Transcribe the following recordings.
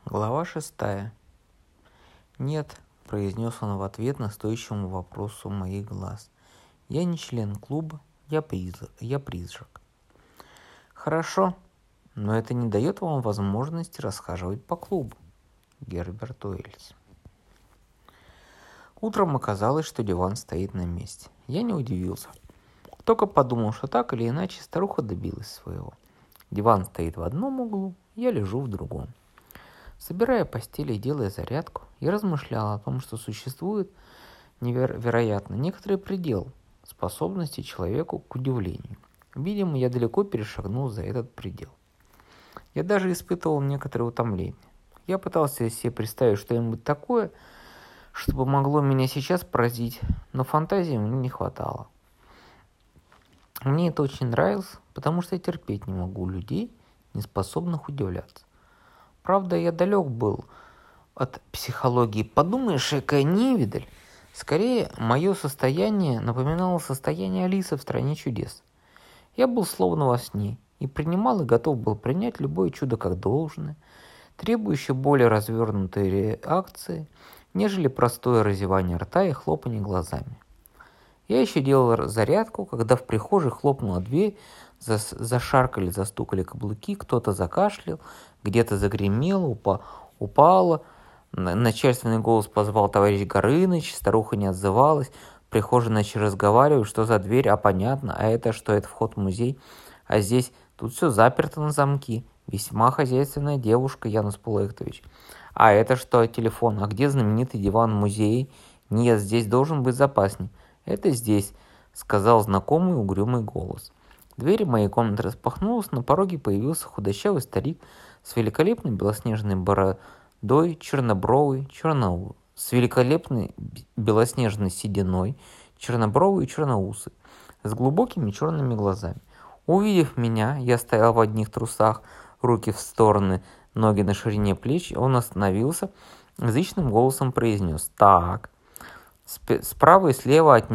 Глава 6. «Нет», — произнес он в ответ на стоящему вопросу моих глаз. «Я не член клуба, я призрак». «Хорошо, но это не дает вам возможности расхаживать по клубу». Герберт Уэллс. Утром оказалось, что диван стоит на месте. Я не удивился. Только подумал, что так или иначе старуха добилась своего. Диван стоит в одном углу, я лежу в другом. Собирая постель и делая зарядку, я размышлял о том, что существует, вероятно, некоторый предел способности человеку к удивлению. Видимо, я далеко перешагнул за этот предел. Я даже испытывал некоторое утомление. Я пытался себе представить что-нибудь такое, чтобы могло меня сейчас поразить, но фантазии мне не хватало. Мне это очень нравилось, потому что я терпеть не могу людей, не способных удивляться. Правда, я далек был от психологии. Подумаешь, какая невидаль. Скорее, мое состояние напоминало состояние Алисы в «Стране чудес». Я был словно во сне и принимал и готов был принять любое чудо как должное, требующее более развернутой реакции, нежели простое разевание рта и хлопанье глазами. Я еще делал зарядку, когда в прихожей хлопнула дверь, зашаркали, застукали каблуки, кто-то закашлял, где-то загремело, упало. Начальственный голос позвал товарищ Горыныч, старуха не отзывалась. В прихожей начали разговаривать, что за дверь, понятно, это что, это вход в музей. А здесь, тут все заперто на замки. Весьма хозяйственная девушка, Янус Пулехтович. А это что, телефон? А где знаменитый диван в музее? Нет, здесь должен быть запасник. Это здесь, сказал знакомый угрюмый голос. Дверь моей комнаты распахнулась, на пороге появился худощавый старик с великолепной белоснежной бородой, чернобровый, с великолепной белоснежной сединой, чернобровый и черноусый, с глубокими черными глазами. Увидев меня, я стоял в одних трусах, руки в стороны, ноги на ширине плеч, он остановился, язычным голосом произнес: «Так». Справа и слева от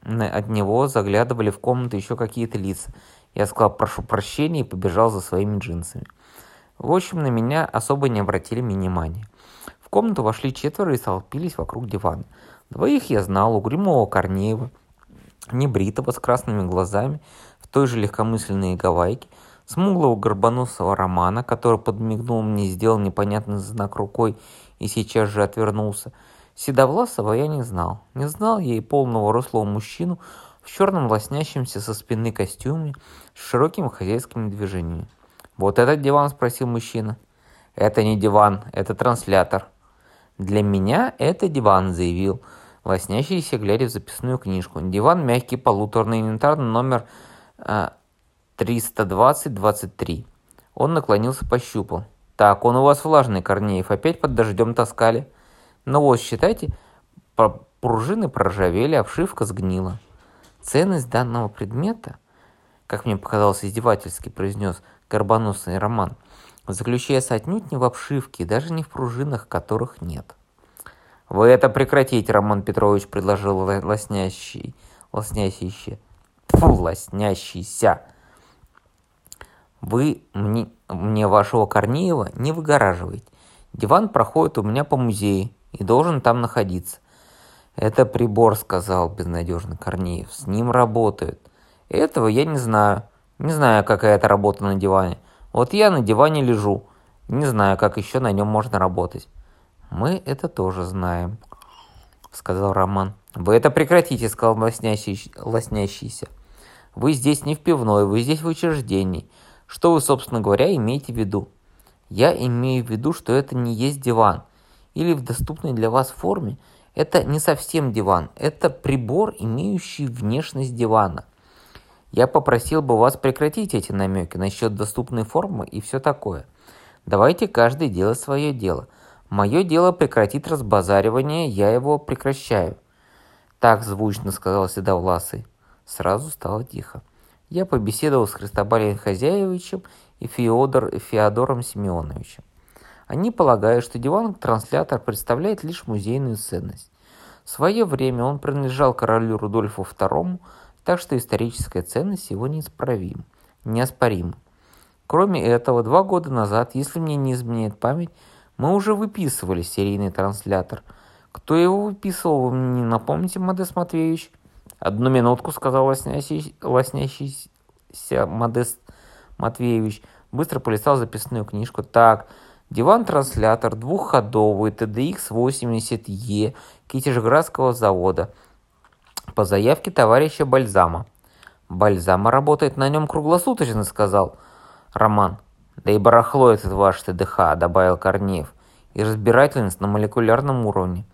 него заглядывали в комнату еще какие-то лица. Я сказал «прошу прощения» и побежал за своими джинсами. В общем, на меня особо не обратили внимания. В комнату вошли 4 и столпились вокруг дивана. 2 я знал: угрюмого Корнеева, небритого, с красными глазами, в той же легкомысленной гавайке, смуглого горбоносого Романа, который подмигнул мне, сделал непонятный знак рукой и сейчас же отвернулся. Седовласого я не знал. Не знал я и полного рослого мужчину в черном лоснящемся со спины костюме с широкими хозяйскими движениями. «Вот этот диван?» – спросил мужчина. «Это не диван, это транслятор». «Для меня это диван», – заявил лоснящийся, глядя в записную книжку. «Диван мягкий, полуторный, инвентарный номер 320-23». Он наклонился, пощупал. «Так, он у вас влажный, Корнеев, опять под дождем таскали?» «Ну вот, считайте, пружины проржавели, обшивка сгнила». Ценность данного предмета, как мне показалось, издевательски произнес горбоносый Роман, заключается отнюдь не в обшивке, даже не в пружинах, которых нет. «Вы это прекратите, Роман Петрович», — предложил лоснящийся. «Вы мне вашего Корнеева не выгораживаете. Диван проходит у меня по музею и должен там находиться». «Это прибор», — сказал безнадежно Корнеев. «С ним работают». «Этого я не знаю. Не знаю, какая это работа на диване. Вот я на диване лежу. Не знаю, как еще на нем можно работать». «Мы это тоже знаем», — сказал Роман. «Вы это прекратите», — сказал лоснящийся. «Вы здесь не в пивной, вы здесь в учреждении. Что вы, собственно говоря, имеете в виду?» «Я имею в виду, что это не есть диван. Или в доступной для вас форме это не совсем диван. Это прибор, имеющий внешность дивана. Я попросил бы вас прекратить эти намеки насчет доступной формы и все такое. Давайте каждый делать свое дело. Мое дело прекратить разбазаривание, я его прекращаю». «Так звучно», — сказал Седовласый. Сразу стало тихо. Я побеседовал с Христобалием Хозяевичем и Феодором Семеновичем. Они полагают, что диван-транслятор представляет лишь музейную ценность. В свое время он принадлежал королю Рудольфу II, так что историческая ценность его неоспорима. Кроме этого, 2 года назад, если мне не изменяет память, Мы уже выписывали серийный транслятор. Кто его выписывал, вы мне не напомните, Модест Матвеевич? 1 минутку, сказал лоснящийся Модест Матвеевич. Быстро полистал записную книжку. Так, диван-транслятор двухходовый TDX-80E Китежградского завода. По заявке товарища Бальзама. Бальзама работает на нем круглосуточно, сказал Роман. Да и барахло этот ваш ТДХ, добавил Корнеев. И разбирательность на молекулярном уровне.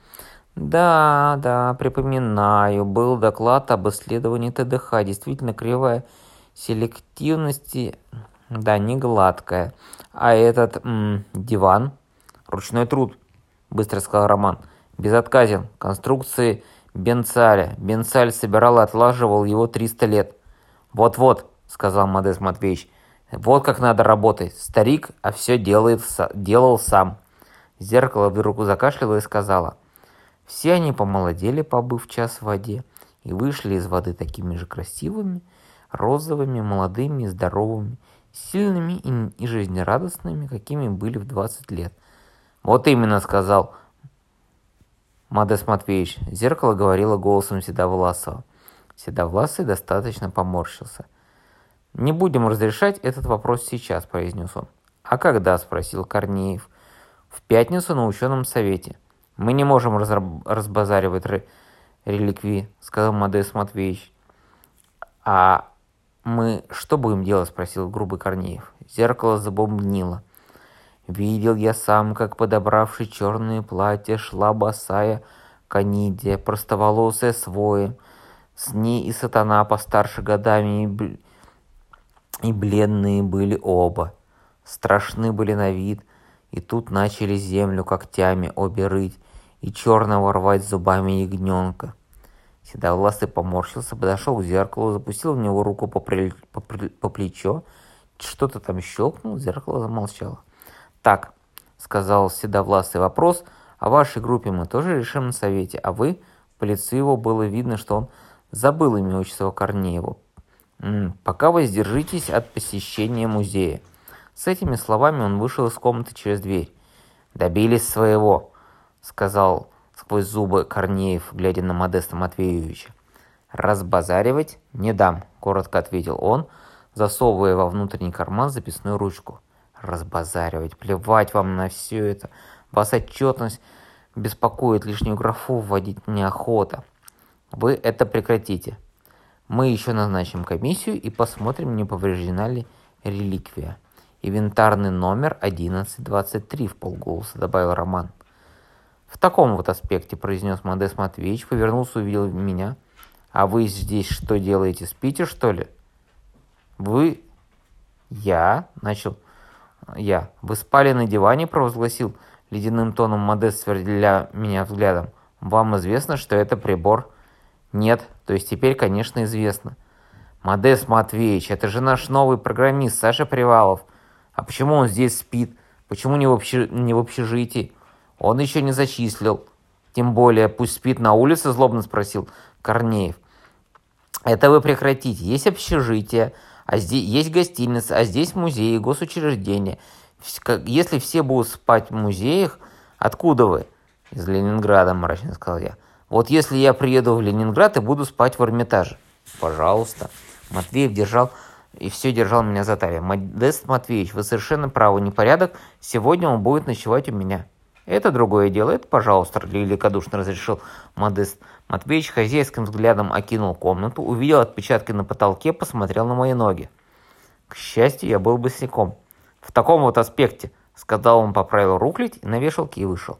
Да, припоминаю, был доклад об исследовании ТДХ. Действительно кривая селективности, да, не гладкая. А этот диван? Ручной труд, быстро сказал Роман. Безотказен. Конструкции Бенцаля. Бенцаль собирал и отлаживал его 300 лет. Вот-вот, сказал Модест Матвеевич. Вот как надо работать. Старик, а все делал сам. Зеркало вдруг закашляло и сказала. Все они помолодели, побыв час в воде, и вышли из воды такими же красивыми, розовыми, молодыми, здоровыми, сильными и жизнерадостными, какими были в 20 лет. Вот именно, сказал Модест Матвеевич. Зеркало говорило голосом Седовласова. Седовласый достаточно поморщился. «Не будем разрешать этот вопрос сейчас», — произнес он. «А когда?» — спросил Корнеев. «В пятницу на ученом совете». «Мы не можем разбазаривать реликвии», — сказал Модест Матвеевич. «А мы что будем делать?» — спросил грубый Корнеев. Зеркало забубнило. «Видел я сам, как, подобравши черные платья, шла босая Канидия, простоволосая с воем. С ней и сатана постарше годами, и бледные были оба. Страшны были на вид, и тут начали землю когтями обе рыть, и черного рвать зубами ягненка». Седовласый поморщился, подошел к зеркалу, запустил в него руку по плечо. Что-то там щелкнул, зеркало замолчало. «Так», — сказал Седовласый, — «вопрос о вашей группе мы тоже решим на совете, а вы...» По лицу его было видно, что он забыл имя отчества Корнеева. «Пока воздержитесь от посещения музея». С этими словами он вышел из комнаты через дверь. «Добились своего», — сказал сквозь зубы Корнеев, глядя на Модеста Матвеевича. «Разбазаривать не дам», — коротко ответил он, засовывая во внутренний карман записную ручку. «Разбазаривать, плевать вам на все это. Вас отчетность беспокоит, лишнюю графу вводить неохота. Вы это прекратите. Мы еще назначим комиссию и посмотрим, не повреждена ли реликвия. Инвентарный номер 1123, вполголоса добавил Роман. В таком вот аспекте, произнес Модест Матвеевич, повернулся, увидел меня. А вы здесь что делаете, спите, что ли? Вы... Начал я. Вы спали на диване, провозгласил ледяным тоном Модест, сверля меня взглядом. Вам известно, что это прибор? Нет, то есть теперь, конечно, известно. Модест Матвеевич, это же наш новый программист Саша Привалов. А почему он здесь спит? Почему не в общежитии? Он еще не зачислил. Тем более, пусть спит на улице, злобно спросил Корнеев. Это вы прекратите. Есть общежитие, а здесь есть гостиница, а здесь музеи, госучреждения. Если все будут спать в музеях, откуда вы? Из Ленинграда, мрачно сказал я. Вот если я приеду в Ленинград и буду спать в Эрмитаже. Пожалуйста. Матвеев держал меня за талию. Модест Матвеевич, вы совершенно правы, непорядок. Сегодня он будет ночевать у меня. Это другое дело, это, пожалуйста, великодушно разрешил Модест Матвеевич. Хозяйским взглядом окинул комнату, увидел отпечатки на потолке, посмотрел на мои ноги. К счастью, я был босиком. В таком вот аспекте, сказал он, поправил руклить и на вешалке и вышел.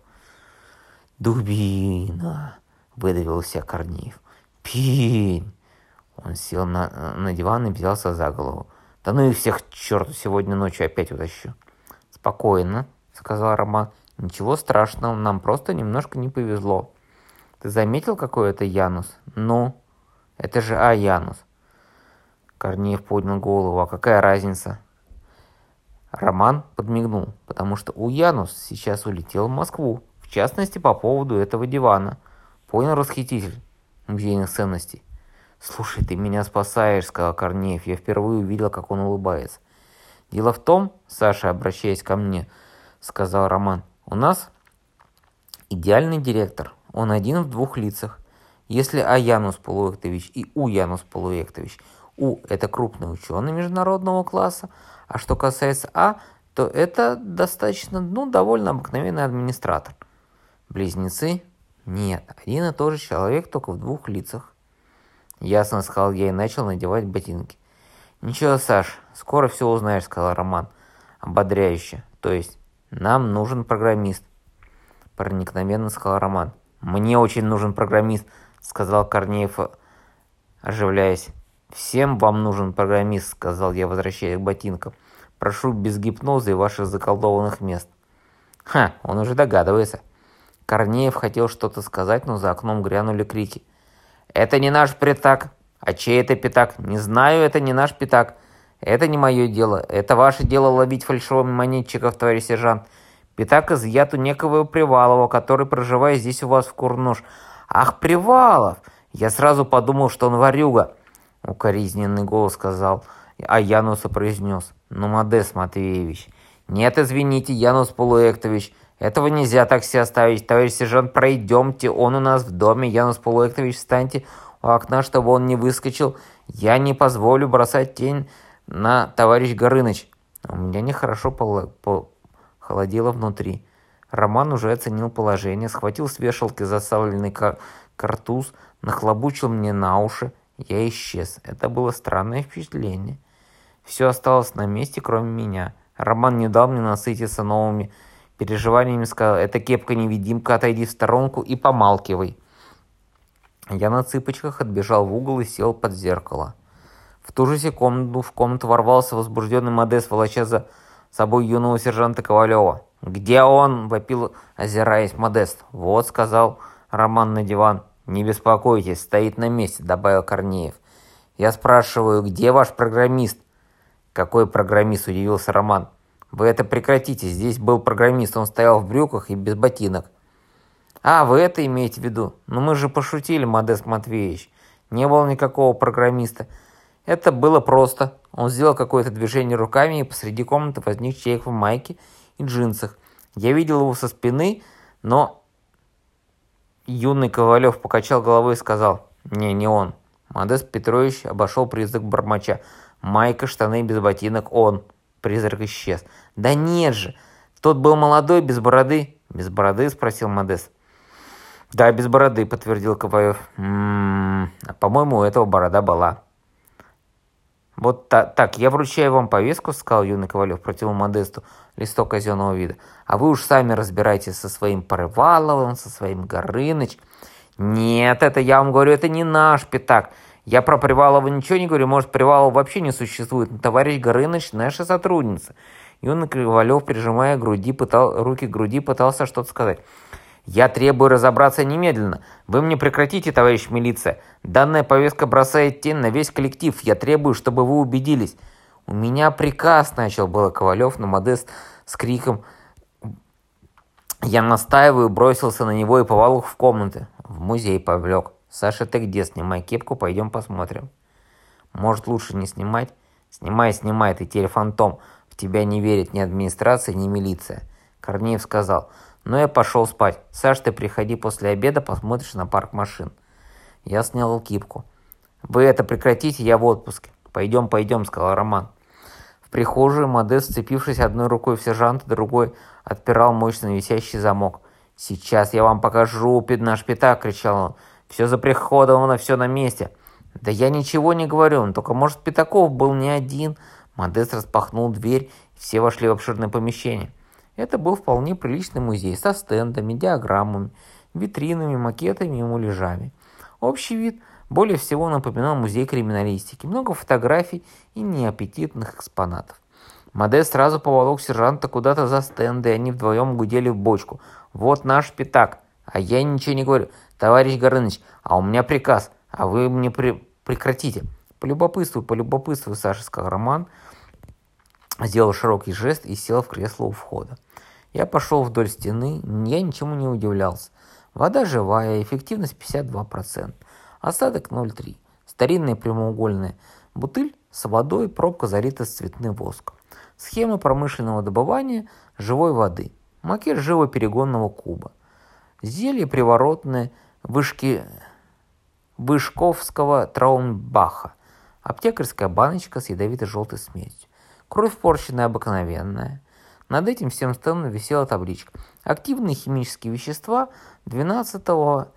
«Дубина!» — выдавил себя Корнеев. «Пень!» Он сел на диван и взялся за голову. «Да ну и всех к черту, сегодня ночью опять утащу». «Спокойно», — сказал Роман. «Ничего страшного, нам просто немножко не повезло. Ты заметил, какой это Янус?» «Ну, это же Янус». Корнеев поднял голову. «А какая разница?» Роман подмигнул, потому что Янус сейчас улетел в Москву, в частности, по поводу этого дивана. Понял, расхититель музейных ценностей? «Слушай, ты меня спасаешь», — сказал Корнеев. Я впервые увидел, как он улыбается. «Дело в том, Саша, обращаясь ко мне, — сказал Роман, — У нас идеальный директор. Он один в двух лицах. Если А. Янус Полуэктович и У. Янус Полуэктович. У. Это крупный ученый международного класса. А что касается А, то это достаточно, довольно обыкновенный администратор. Близнецы? Нет, один и тот же человек, только в двух лицах. Ясно, сказал я и начал надевать ботинки. Ничего, Саш, скоро все узнаешь, сказал Роман. Ободряюще. То есть, нам нужен программист. Проникновенно сказал Роман. Мне очень нужен программист, сказал Корнеев, оживляясь. Всем вам нужен программист, сказал я, возвращаясь к ботинкам. Прошу без гипноза и ваших заколдованных мест. Ха, он уже догадывается. Корнеев хотел что-то сказать, но за окном грянули крики. Это не наш пятак. А чей это пятак? Не знаю, это не наш пятак. Это не мое дело. Это ваше дело ловить фальшивых монетчиков, товарищ сержант. Пятак изъят у некого Привалова, который проживает здесь у вас в Курнуш. Ах, Привалов! Я сразу подумал, что он ворюга. Укоризненный голос сказал, а Януса произнес. Ну, Модест Матвеевич. Нет, извините, Янус Полуэктович. Этого нельзя так себе оставить. Товарищ сержант, пройдемте. Он у нас в доме. Янус Полуэктович, встаньте у окна, чтобы он не выскочил. Я не позволю бросать тень на товарищ Горыныч. У меня нехорошо холодело внутри. Роман уже оценил положение, схватил с вешалки засаленный картуз, нахлобучил мне на уши. Я исчез. Это было странное впечатление. Все осталось на месте, кроме меня. Роман не дал мне насытиться новыми переживаниями, сказал, это кепка-невидимка, отойди в сторонку и помалкивай. Я на цыпочках отбежал в угол и сел под зеркало. В ту же секунду в комнату ворвался возбужденный Модест, волоча за собой юного сержанта Ковалева. «Где он?» – вопил, озираясь Модест. «Вот», – сказал Роман на диван. «Не беспокойтесь, стоит на месте», – добавил Корнеев. «Я спрашиваю, где ваш программист?» «Какой программист?» – удивился Роман. «Вы это прекратите, здесь был программист, он стоял в брюках и без ботинок». «А, вы это имеете в виду? Ну мы же пошутили, Модест Матвеевич. Не было никакого программиста. Это было просто. Он сделал какое-то движение руками, и посреди комнаты возник человек в майке и джинсах. Я видел его со спины, но...» Юный Ковалев покачал головой и сказал, не он. Модест Петрович обошел призрак бормоча. Майка, штаны без ботинок, он. Призрак исчез. «Да нет же! Тот был молодой, без бороды». «Без бороды?» – спросил Модест. «Да, без бороды», – подтвердил Ковалев. По-моему, у этого борода была». «Вот так, я вручаю вам повестку», – сказал юный Ковалев, протянул Модесту листок казенного вида. «А вы уж сами разбирайтесь со своим Приваловым, со своим Горыныч». «Нет, это я вам говорю, это не наш пятак. Я про Привалова ничего не говорю, может, Привалова вообще не существует, но товарищ Горыныч – наша сотрудница». Юный Ковалев, прижимая руки к груди, пытался что-то сказать. «Я требую разобраться немедленно. Вы мне прекратите, товарищ милиция. Данная повестка бросает тень на весь коллектив. Я требую, чтобы вы убедились». «У меня приказ», – начал было Ковалев, но Модест с криком «Я настаиваю», бросился на него и поволок в комнаты. В музей повлек. «Саша, ты где? Снимай кепку, пойдем посмотрим». «Может, лучше не снимать?» «Снимай, ты теперь фантом. В тебя не верит ни администрация, ни милиция». Корнеев сказал, «Ну, я пошел спать. Саш, ты приходи после обеда, посмотришь на парк машин». Я снял кипку. «Вы это прекратите, я в отпуске». Пойдем», — сказал Роман. В прихожую Модест, сцепившись одной рукой в сержанта, другой отпирал мощно висящий замок. «Сейчас я вам покажу наш пятак», — кричал он. «Все заприходовано, все на месте». «Да я ничего не говорю, но только, может, Пятаков был не один». Модест распахнул дверь, и все вошли в обширное помещение. Это был вполне приличный музей со стендами, диаграммами, витринами, макетами и муляжами. Общий вид более всего напоминал музей криминалистики. Много фотографий и неаппетитных экспонатов. Модест сразу поволок сержанта куда-то за стенды, и они вдвоем гудели в бочку. «Вот наш пятак». «А я ничего не говорю. Товарищ Горыныч, а у меня приказ. А вы мне прекратите». Полюбопытствую, Саша», — сказал Роман. Сделал широкий жест и сел в кресло у входа. Я пошел вдоль стены, я ничему не удивлялся. Вода живая, эффективность 52%, осадок 0,3. Старинная прямоугольная бутыль с водой, пробка залита с цветным воском. Схема промышленного добывания живой воды. макет живоперегонного куба, зелье приворотное вышковского траунбаха, аптекарская баночка с ядовито-желтой смесью, кровь порченная обыкновенная. Над этим всем стендом висела табличка: активные химические вещества XII-XVIII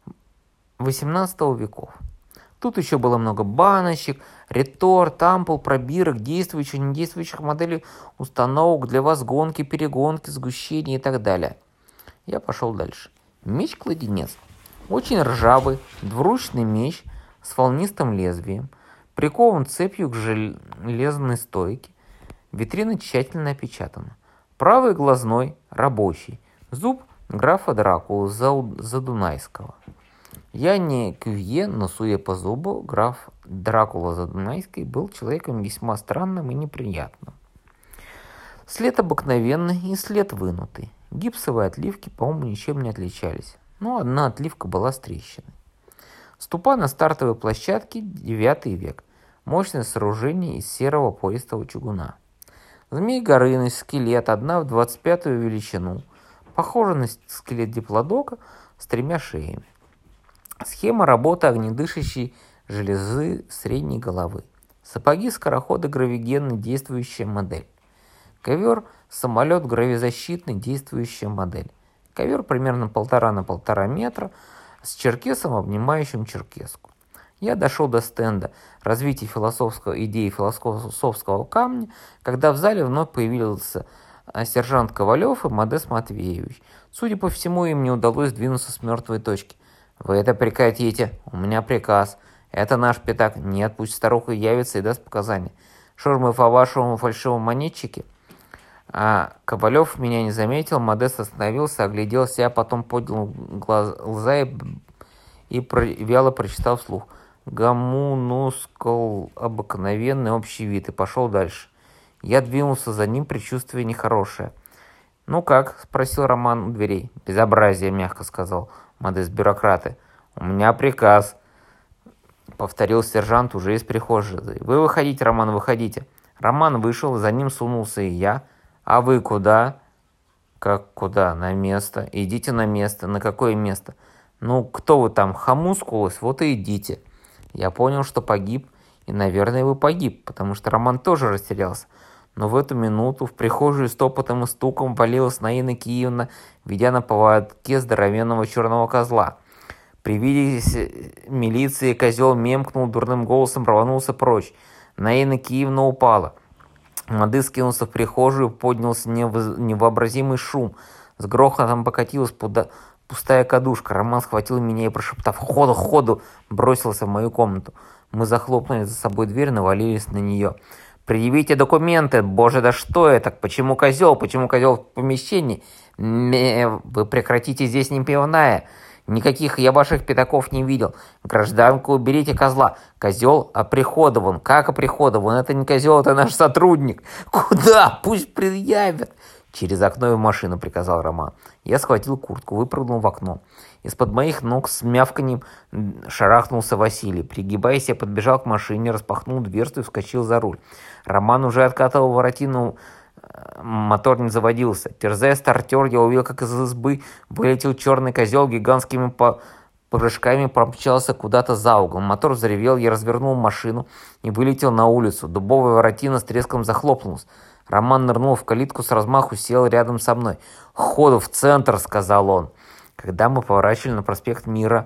веков. Тут еще было много баночек, реторт, ампул, пробирок, действующих, недействующих моделей установок для возгонки, перегонки, сгущения и так далее. Я пошел дальше. Меч-кладенец. Очень ржавый, двуручный меч с волнистым лезвием, прикован цепью к железной стойке. Витрина тщательно опечатана. Правый глазной рабочий. Зуб графа Дракулы Задунайского. Я не Кювье, но, судя по зубу, граф Дракула Задунайский был человеком весьма странным и неприятным. След обыкновенный и след вынутый. Гипсовые отливки, по-моему, ничем не отличались. Но одна отливка была с трещиной. Ступа на стартовой площадке, 9 век. Мощное сооружение из серого пористого чугуна. Змей Горыныч, скелет, 1 в 25-ю величину. Похоже на скелет диплодока с 3 шеями. Схема работы огнедышащей железы средней головы. Сапоги-скороходы гравигенный, действующая модель. Ковер-самолет гравизащитный, действующая модель. Ковер примерно 1,5 на 1,5 метра с черкесом, обнимающим черкеску. Я дошел до стенда развития идеи философского камня, когда в зале вновь появился сержант Ковалев и Модест Матвеевич. Судя по всему, им не удалось сдвинуться с мертвой точки. «Вы это прекратите. У меня приказ. Это наш пятак. Нет, пусть старуха явится и даст показания. Шурмы по вашему фальшивому монетчике». Ковалев меня не заметил. Модест остановился, оглядел себя, потом поднял глаза и вяло прочитал вслух: «Гомунускул, обыкновенный общий вид», и пошел дальше. Я двинулся за ним, предчувствие нехорошее. «Ну как?» – спросил Роман у дверей. «Безобразие», – мягко сказал Модест. «Бюрократы». «У меня приказ», – повторил сержант уже из прихожей. «Вы выходите, Роман, выходите». Роман вышел, за ним сунулся и я. «А вы куда?» «Как куда? На место. Идите на место». «На какое место?» «Ну, кто вы там, хомускулус? Вот и идите». Я понял, что погиб, и, наверное, вы погиб, потому что Роман тоже растерялся. Но в эту минуту в прихожую с топотом и стуком валилась Наина Киевна, ведя на поводке здоровенного черного козла. При виде милиции козел мемкнул дурным голосом, рванулся прочь. Наина Киевна упала. Модест кинулся в прихожую, поднялся невообразимый шум. С грохотом покатилась пустая кадушка. Роман схватил меня и, прошептав ходу, бросился в мою комнату. Мы захлопнули за собой дверь, навалились на нее. «Предъявите документы! Боже, да что это? Почему козел? Почему козел в помещении? Вы прекратите, здесь не пивная. Никаких я ваших пятаков не видел. Гражданку, уберите козла. Козел оприходован. Как оприходован? Это не козел, это наш сотрудник. Куда? Пусть предъявят». «Через окно и в машину», — приказал Роман. Я схватил куртку, выпрыгнул в окно. Из-под моих ног с мявканьем шарахнулся Василий. Пригибаясь, я подбежал к машине, распахнул дверцу и вскочил за руль. Роман уже откатывал воротину, мотор не заводился. Терзая стартер, я увидел, как из избы вылетел черный козел, гигантскими прыжками промчался куда-то за угол. Мотор взревел, я развернул машину и вылетел на улицу. Дубовая воротина с треском захлопнулась. Роман нырнул в калитку, с размаху сел рядом со мной. «Ходу в центр», — сказал он. Когда мы поворачивали на проспект Мира,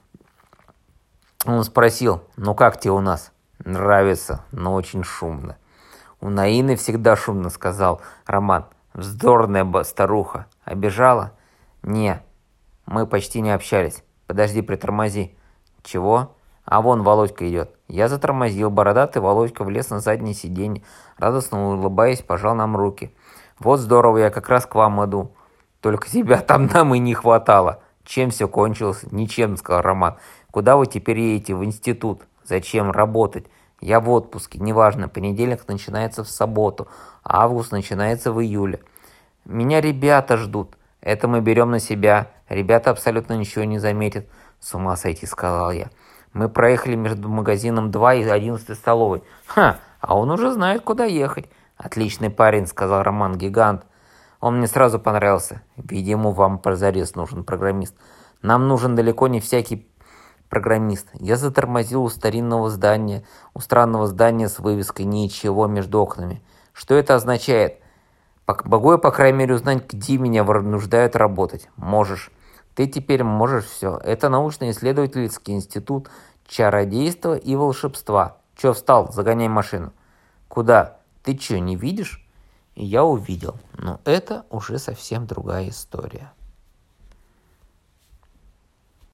он спросил: «Ну как тебе у нас?» «Нравится, но очень шумно». «У Наины всегда шумно», — сказал Роман. «Вздорная старуха. Обижала?» «Не, мы почти не общались. Подожди, притормози». «Чего?» «А вон Володька идет». Я затормозил. Бородатый Володька влез на заднее сиденье, радостно улыбаясь, пожал нам руки. «Вот здорово, я как раз к вам иду. Только тебя там нам и не хватало». «Чем все кончилось?» «Ничем», — сказал Роман. «Куда вы теперь едете? В институт». «Зачем? Работать». «Я в отпуске. Неважно. Понедельник начинается в субботу, а август начинается в июле. Меня ребята ждут. Это мы берем на себя. Ребята абсолютно ничего не заметят». «С ума сойти», — сказал я. Мы проехали между магазином 2 и 11 столовой. «Ха, а он уже знает, куда ехать». «Отличный парень», — сказал Роман, — «гигант». Он мне сразу понравился. Видимо, вам позарез нужен программист. Нам нужен далеко не всякий программист. Я затормозил у странного здания с вывеской «Ничего между окнами». Что это означает? Могу я, по крайней мере, узнать, где меня вынуждают работать? Можешь. Ты теперь можешь все. Это научно-исследовательский институт чародейства и волшебства. Че встал? Загоняй машину. Куда? Ты че, не видишь? И я увидел. Но это уже совсем другая история.